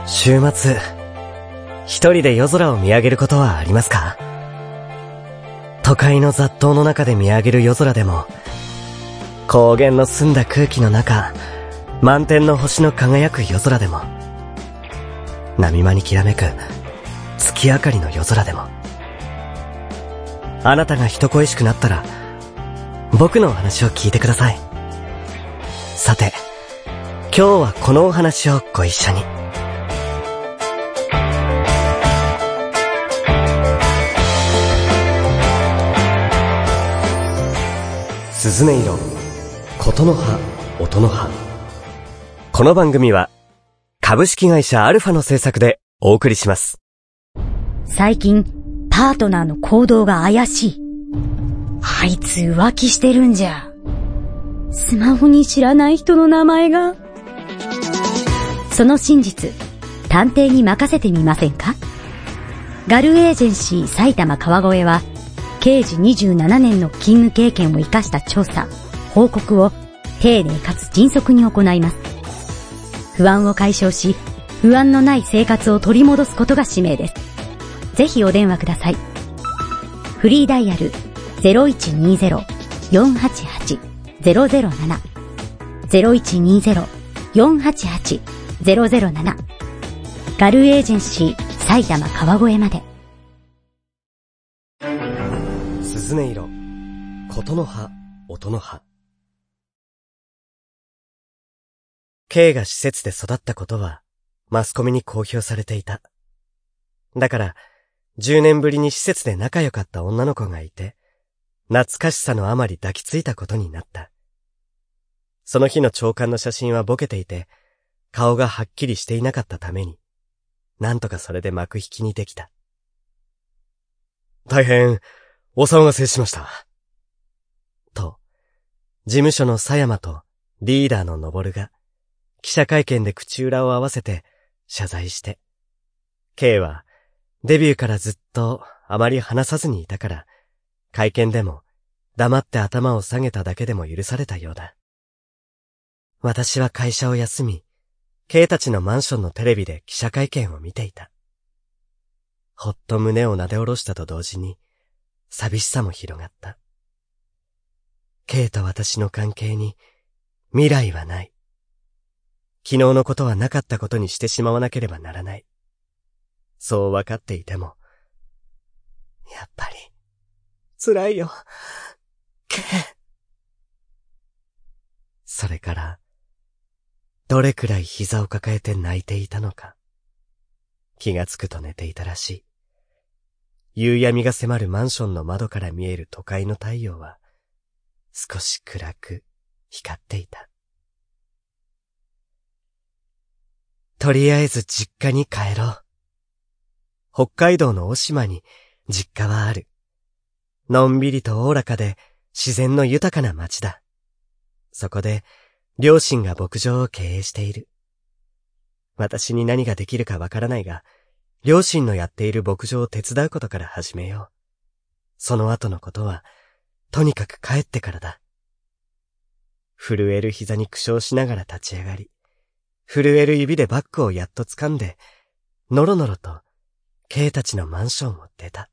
週末、一人で夜空を見上げることはありますか？都会の雑踏の中で見上げる夜空でも、高原の澄んだ空気の中、満天の星の輝く夜空でも、波間にきらめく月明かりの夜空でも、あなたが人恋しくなったら、僕のお話を聞いてください。さて、今日はこのお話をご一緒に。鈴音色、琴の葉、音の葉。この番組は株式会社アルファの制作でお送りします。 最近パートナーの行動が怪しい。あいつ浮気してるんじゃ。スマホに知らない人の名前が。その真実、探偵に任せてみませんか？ガルエージェンシー埼玉川越は刑事27年の勤務経験を生かした調査、報告を丁寧かつ迅速に行います。不安を解消し、不安のない生活を取り戻すことが使命です。ぜひお電話ください。フリーダイヤル 0120-488-007 0120-488-007 ガルエージェンシー埼玉川越まで。 鈴音色、琴の葉、音の葉。K が施設で育ったことはマスコミに公表されていた。だから10年ぶりに施設で仲良かった女の子がいて、懐かしさのあまり抱きついたことになった。その日の朝刊の写真はボケていて、顔がはっきりしていなかったために、なんとかそれで幕引きにできた。大変お騒がせしました。と、事務所の佐山とリーダーの登が記者会見で口裏を合わせて謝罪して、K はデビューからずっとあまり話さずにいたから、会見でも黙って頭を下げただけでも許されたようだ。私は会社を休み、K たちのマンションのテレビで記者会見を見ていた。ほっと胸をなで下ろしたと同時に、寂しさも広がった。K と私の関係に未来はない。昨日のことはなかったことにしてしまわなければならない。そう分かっていても、やっぱり辛いよ、K。それから、どれくらい膝を抱えて泣いていたのか。気がつくと寝ていたらしい。夕闇が迫るマンションの窓から見える都会の太陽は、少し暗く光っていた。とりあえず実家に帰ろう。北海道の渡島に実家はある。のんびりとおおらかで自然の豊かな町だ。そこで両親が牧場を経営している。私に何ができるかわからないが、両親のやっている牧場を手伝うことから始めよう。その後のことは、とにかく帰ってからだ。震える膝に苦笑しながら立ち上がり、震える指でバッグをやっと掴んで、のろのろと、K たちのマンションを出た。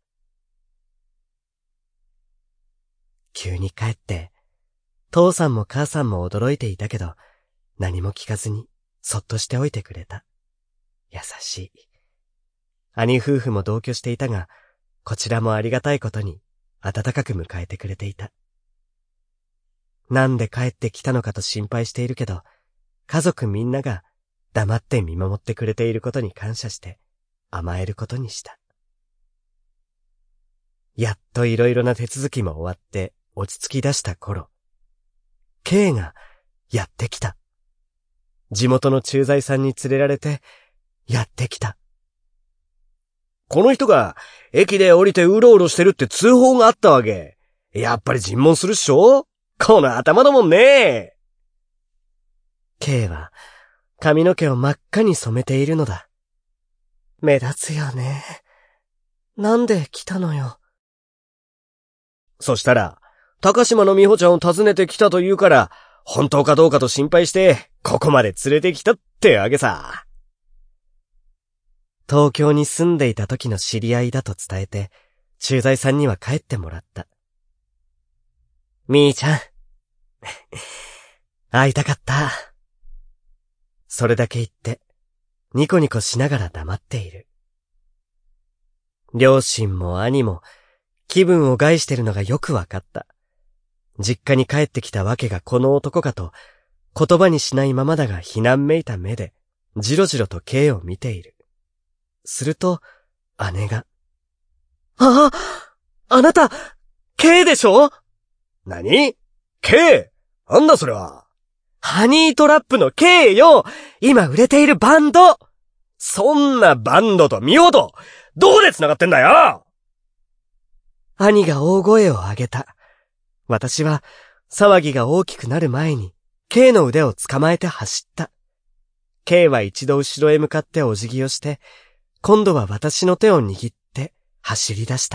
急に帰って、父さんも母さんも驚いていたけど、何も聞かずに、そっとしておいてくれた。優しい。兄夫婦も同居していたが、こちらもありがたいことに温かく迎えてくれていた。なんで帰ってきたのかと心配しているけど、家族みんなが黙って見守ってくれていることに感謝して甘えることにした。やっといろいろな手続きも終わって落ち着き出した頃、K がやってきた。地元の駐在さんに連れられてやってきた。 この人が駅で降りてうろうろしてるって通報があったわけ。やっぱり尋問するっしょ？この頭だもんね。 K は髪の毛を真っ赤に染めているのだ。目立つよね。なんで来たのよ。 そしたら、高島の美穂ちゃんを訪ねてきたと言うから、本当かどうかと心配して、ここまで連れてきたってわけさ。 東京に住んでいた時の知り合いだと伝えて、駐在さんには帰ってもらった。みーちゃん、会いたかった。それだけ言って、ニコニコしながら黙っている。両親も兄も気分を害してるのがよくわかった。実家に帰ってきたわけがこの男かと、言葉にしないままだが非難めいた目で、じろじろと K を見ている。すると、姉が、あなた、K でしょ？ 何？ K？ なんだそれは。 ハニートラップの K よ！今売れているバンド！ そんなバンドとミホと、どうで繋がってんだよ！ 兄が大声を上げた。私は、騒ぎが大きくなる前に、K の腕を捕まえて走った。K は一度後ろへ向かってお辞儀をして、今度は私の手を握って走り出した。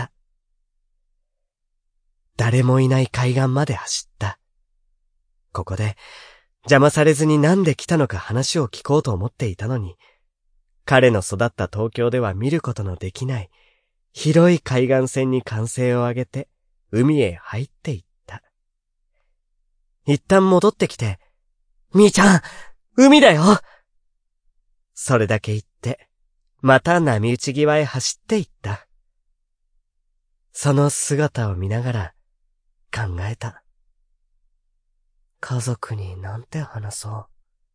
誰もいない海岸まで走った。ここで邪魔されずになんで来たのか話を聞こうと思っていたのに、彼の育った東京では見ることのできない広い海岸線に歓声を上げて海へ入っていった。一旦戻ってきて、みーちゃん、海だよ！それだけ言って、また波打ち際へ走っていった。その姿を見ながら考えた。家族になんて話そう。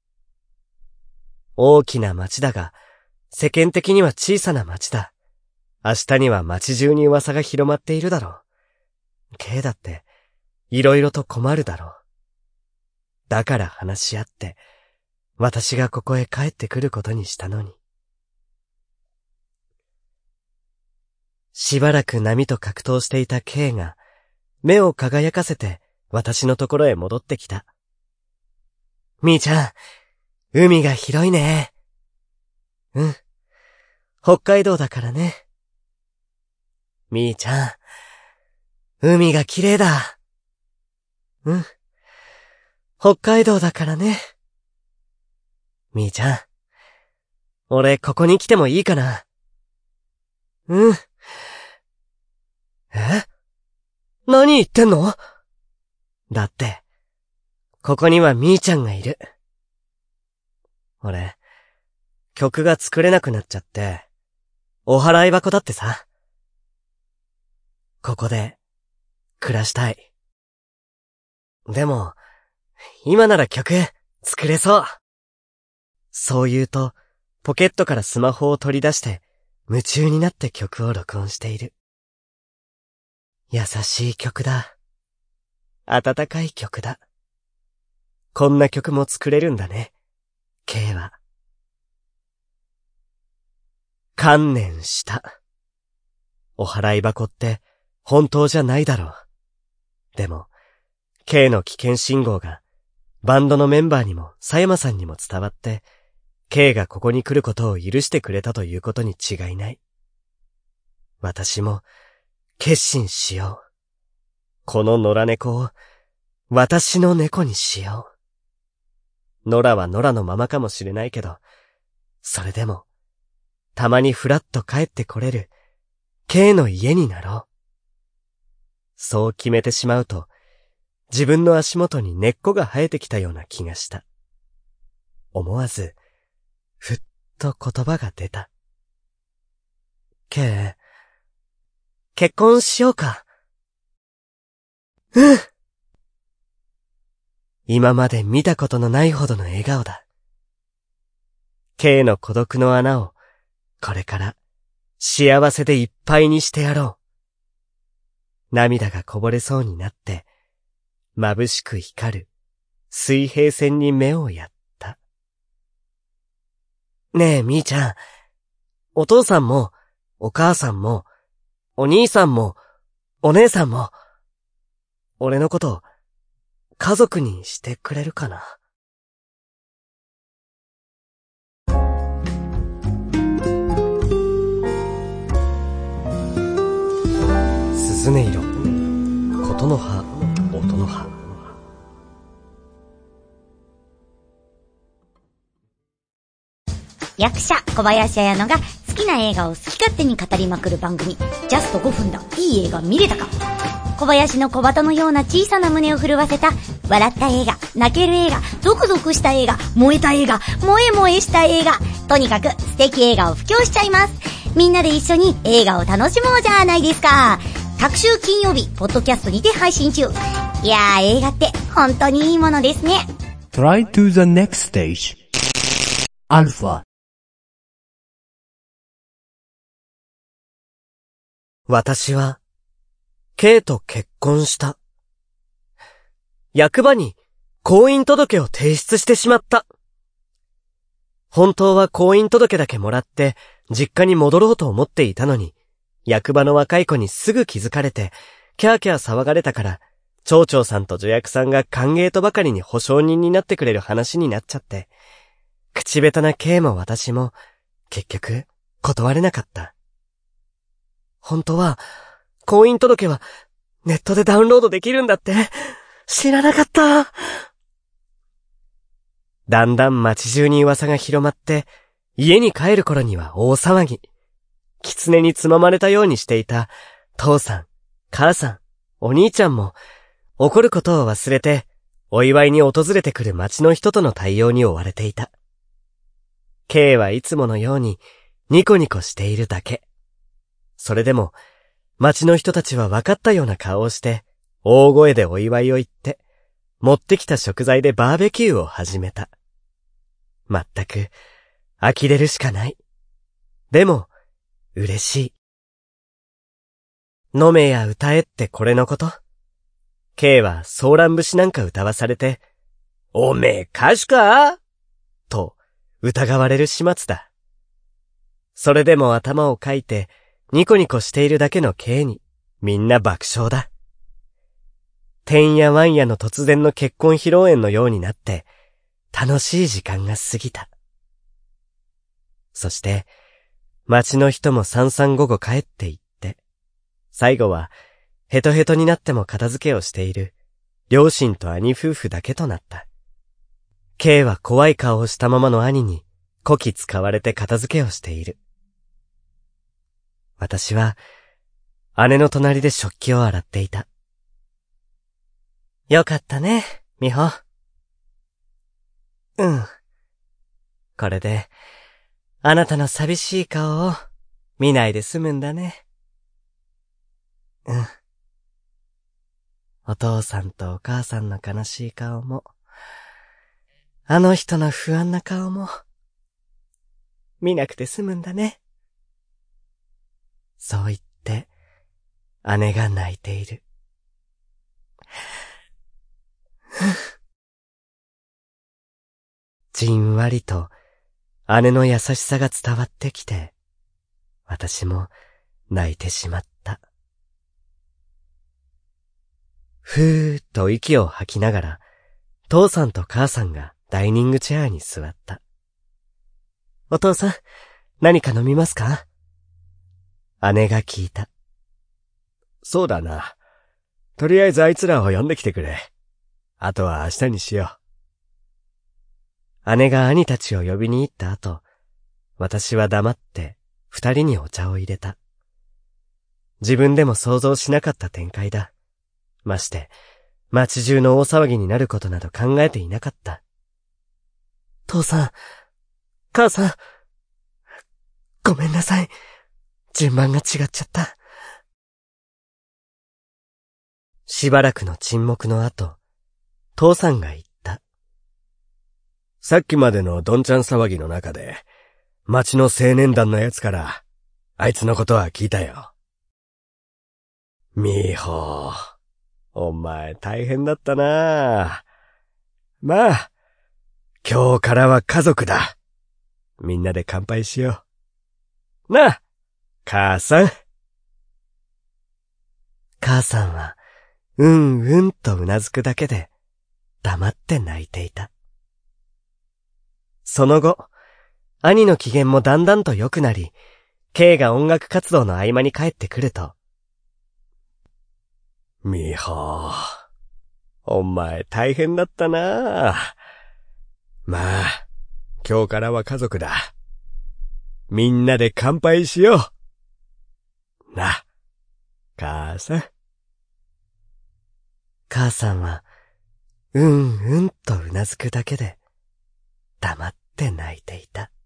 大きな町だが、世間的には小さな町だ。明日には町中に噂が広まっているだろう。K だって、いろいろと困るだろう。だから話し合って、私がここへ帰ってくることにしたのに。しばらく波と格闘していた K が、目を輝かせて私のところへ戻ってきた。みーちゃん、海が広いね。うん、北海道だからね。みーちゃん、海が綺麗だ。うん、北海道だからね。みーちゃん、俺ここに来てもいいかな？うん。何言ってんの？だって、ここにはみーちゃんがいる。俺、曲が作れなくなっちゃって、お払い箱だってさ。ここで、暮らしたい。でも、今なら曲、作れそう。そう言うと、ポケットからスマホを取り出して、夢中になって曲を録音している。優しい曲だ。温かい曲だ。こんな曲も作れるんだね、K は。観念した。お払い箱って本当じゃないだろう。でも、K の危険信号がバンドのメンバーにも佐山さんにも伝わって、K がここに来ることを許してくれたということに違いない。私も決心しよう。この野良猫を私の猫にしよう。野良は野良のままかもしれないけど、それでもたまにふらっと帰ってこれる K の家になろう。そう決めてしまうと、自分の足元に根っこが生えてきたような気がした。思わずふっと言葉が出た。K、結婚しようか。うん。今まで見たことのないほどの笑顔だ。K の孤独の穴をこれから幸せでいっぱいにしてやろう。涙がこぼれそうになって眩しく光る水平線に目をやった。ねえみーちゃん、お父さんもお母さんもお兄さんもお姉さんも俺のこと家族にしてくれるかな？鈴音色、琴の葉、音の葉。 役者小林彩乃が好きな映画を好き勝手に語りまくる番組、ジャスト5分だ、いい映画見れたか。小林の小鳩のような小さな胸を震わせた、笑った映画、泣ける映画、ゾクゾクした映画、燃えた映画、萌え萌えした映画、とにかく素敵映画を布教しちゃいます。みんなで一緒に映画を楽しもうじゃないですか。各週金曜日、ポッドキャストにて配信中。いやー、映画って本当にいいものですね。 Try to the next stage. Alpha. 私は、K と結婚した。役場に婚姻届を提出してしまった。本当は婚姻届だけもらって実家に戻ろうと思っていたのに、役場の若い子にすぐ気づかれて、キャーキャー騒がれたから、町長さんと助役さんが歓迎とばかりに保証人になってくれる話になっちゃって、口下手な K も私も結局断れなかった。本当は婚姻届はネットでダウンロードできるんだって知らなかった。だんだん街中に噂が広まって、家に帰る頃には大騒ぎ。狐につままれたようにしていた父さん、母さん、お兄ちゃんも怒ることを忘れてお祝いに訪れてくる街の人との対応に追われていた。K はいつものようにニコニコしているだけ。それでも街の人たちは分かったような顔をして大声でお祝いを言って持ってきた食材でバーベキューを始めた。まったく呆れるしかない。でも嬉しい。飲めや歌えってこれのこと。K はソーラン節なんか歌わされて、おめえ歌手かと疑われる始末だ。それでも頭をかいてニコニコしているだけの K にみんな爆笑だ。てんやわんやの突然の結婚披露宴のようになって楽しい時間が過ぎた。そして街の人も三々午後帰って行って、最後はヘトヘトになっても片付けをしている両親と兄夫婦だけとなった。K は怖い顔をしたままの兄にこき使われて片付けをしている。私は姉の隣で食器を洗っていた。よかったね、美穂。うん。これであなたの寂しい顔を見ないで済むんだね。うん。お父さんとお母さんの悲しい顔も、あの人の不安な顔も、見なくて済むんだね。そう言って、姉が泣いている。じんわりと姉の優しさが伝わってきて、私も泣いてしまった。ふーっと息を吐きながら、父さんと母さんがダイニングチェアに座った。お父さん、何か飲みますか？姉が聞いた。 そうだな。とりあえずあいつらを呼んできてくれ。あとは明日にしよう。姉が兄たちを呼びに行った後、私は黙って二人にお茶を入れた。自分でも想像しなかった展開だ。まして、街中の大騒ぎになることなど考えていなかった。父さん、母さん、ごめんなさい。順番が違っちゃった。しばらくの沈黙の後、父さんが言った。 さっきまでのどんちゃん騒ぎの中で、町の青年団のやつから、あいつのことは聞いたよ。美穂、お前大変だったな。まあ、今日からは家族だ。みんなで乾杯しよう。なあ、母さん。 母さんは、うんうんとうなずくだけで、黙って泣いていた。その後、兄の機嫌もだんだんと良くなり、K が音楽活動の合間に帰ってくると、 美穂、お前大変だったな。まあ、今日からは家族だ。 みんなで乾杯しよう。な、母さん。 母さんは、うんうんとうなずくだけで、黙って泣いていた。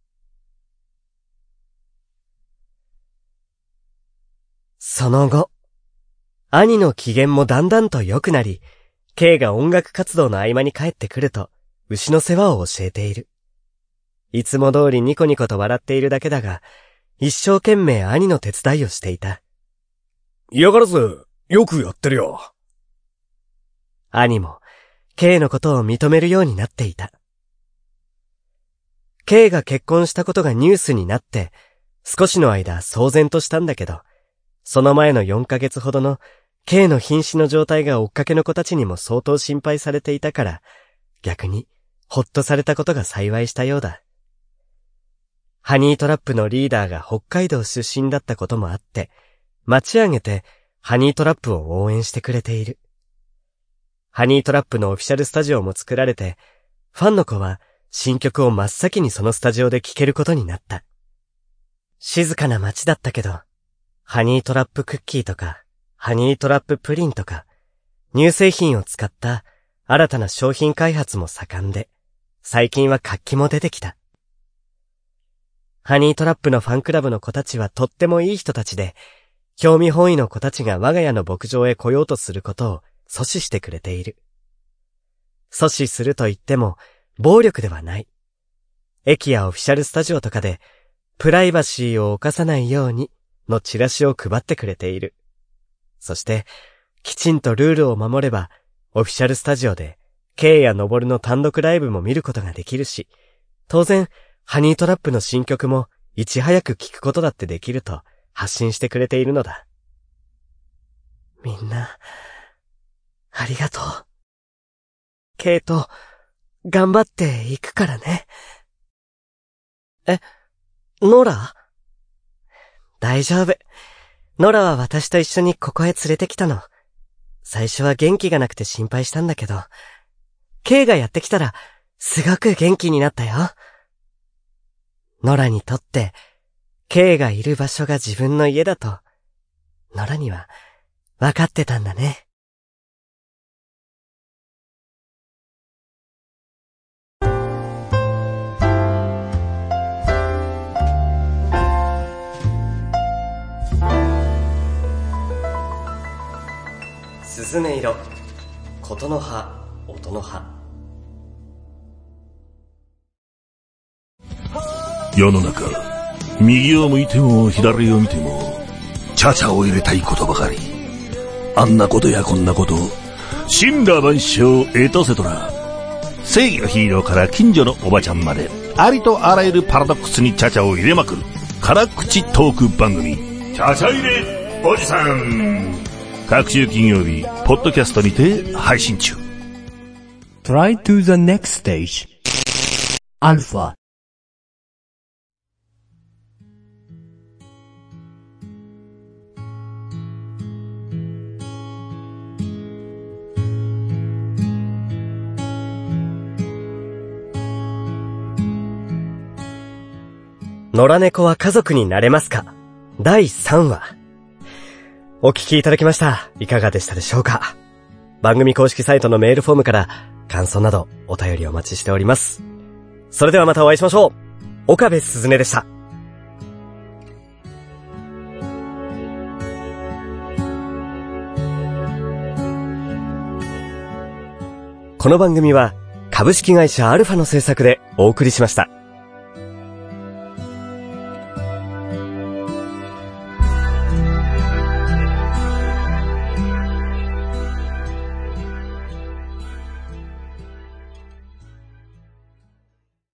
その後、兄の機嫌もだんだんと良くなり、K が音楽活動の合間に帰ってくると、牛の世話を教えている。いつも通りニコニコと笑っているだけだが、一生懸命兄の手伝いをしていた。 嫌がらず、よくやってるよ。 兄も、K のことを認めるようになっていた。K が結婚したことがニュースになって、少しの間騒然としたんだけど、その前の4ヶ月ほどの K の瀕死の状態が追っかけの子たちにも相当心配されていたから、逆にほっとされたことが幸いしたようだ。ハニートラップのリーダーが北海道出身だったこともあって、町挙げてハニートラップを応援してくれている。ハニートラップのオフィシャルスタジオも作られて、ファンの子は新曲を真っ先にそのスタジオで聴けることになった。静かな街だったけど、ハニートラップクッキーとか、ハニートラッププリンとか、乳製品を使った新たな商品開発も盛んで、最近は活気も出てきた。ハニートラップのファンクラブの子たちはとってもいい人たちで、興味本位の子たちが我が家の牧場へ来ようとすることを阻止してくれている。阻止すると言っても、暴力ではない。駅やオフィシャルスタジオとかで、プライバシーを侵さないようにのチラシを配ってくれている。そして、きちんとルールを守れば、オフィシャルスタジオで、K やノボルの単独ライブも見ることができるし、当然、ハニートラップの新曲もいち早く聴くことだってできると発信してくれているのだ。みんな、ありがとう。ケイト、頑張っていくからね。ノラ？大丈夫。ノラは私と一緒にここへ連れてきたの。最初は元気がなくて心配したんだけど、ケイがやってきたらすごく元気になったよ。ノラにとって、ケイがいる場所が自分の家だと、ノラには分かってたんだね。すずめ色、ことの葉、音の葉。 世の中、右を向いても左を見ても、チャチャを入れたいことばかり。あんなことやこんなこと、神羅万象エトセトラ。正義のヒーローから近所のおばちゃんまで、ありとあらゆるパラドックスにチャチャを入れまくる、辛口トーク番組、チャチャ入れおじさん。各週金曜日、ポッドキャストにて配信中。 Try to the next stage. Alpha. 野良猫は家族になれますか？第3話。お聞きいただきました。いかがでしたでしょうか？番組公式サイトのメールフォームから感想などお便りお待ちしております。それではまたお会いしましょう。岡部すずねでした。この番組は株式会社アルファの制作でお送りしました。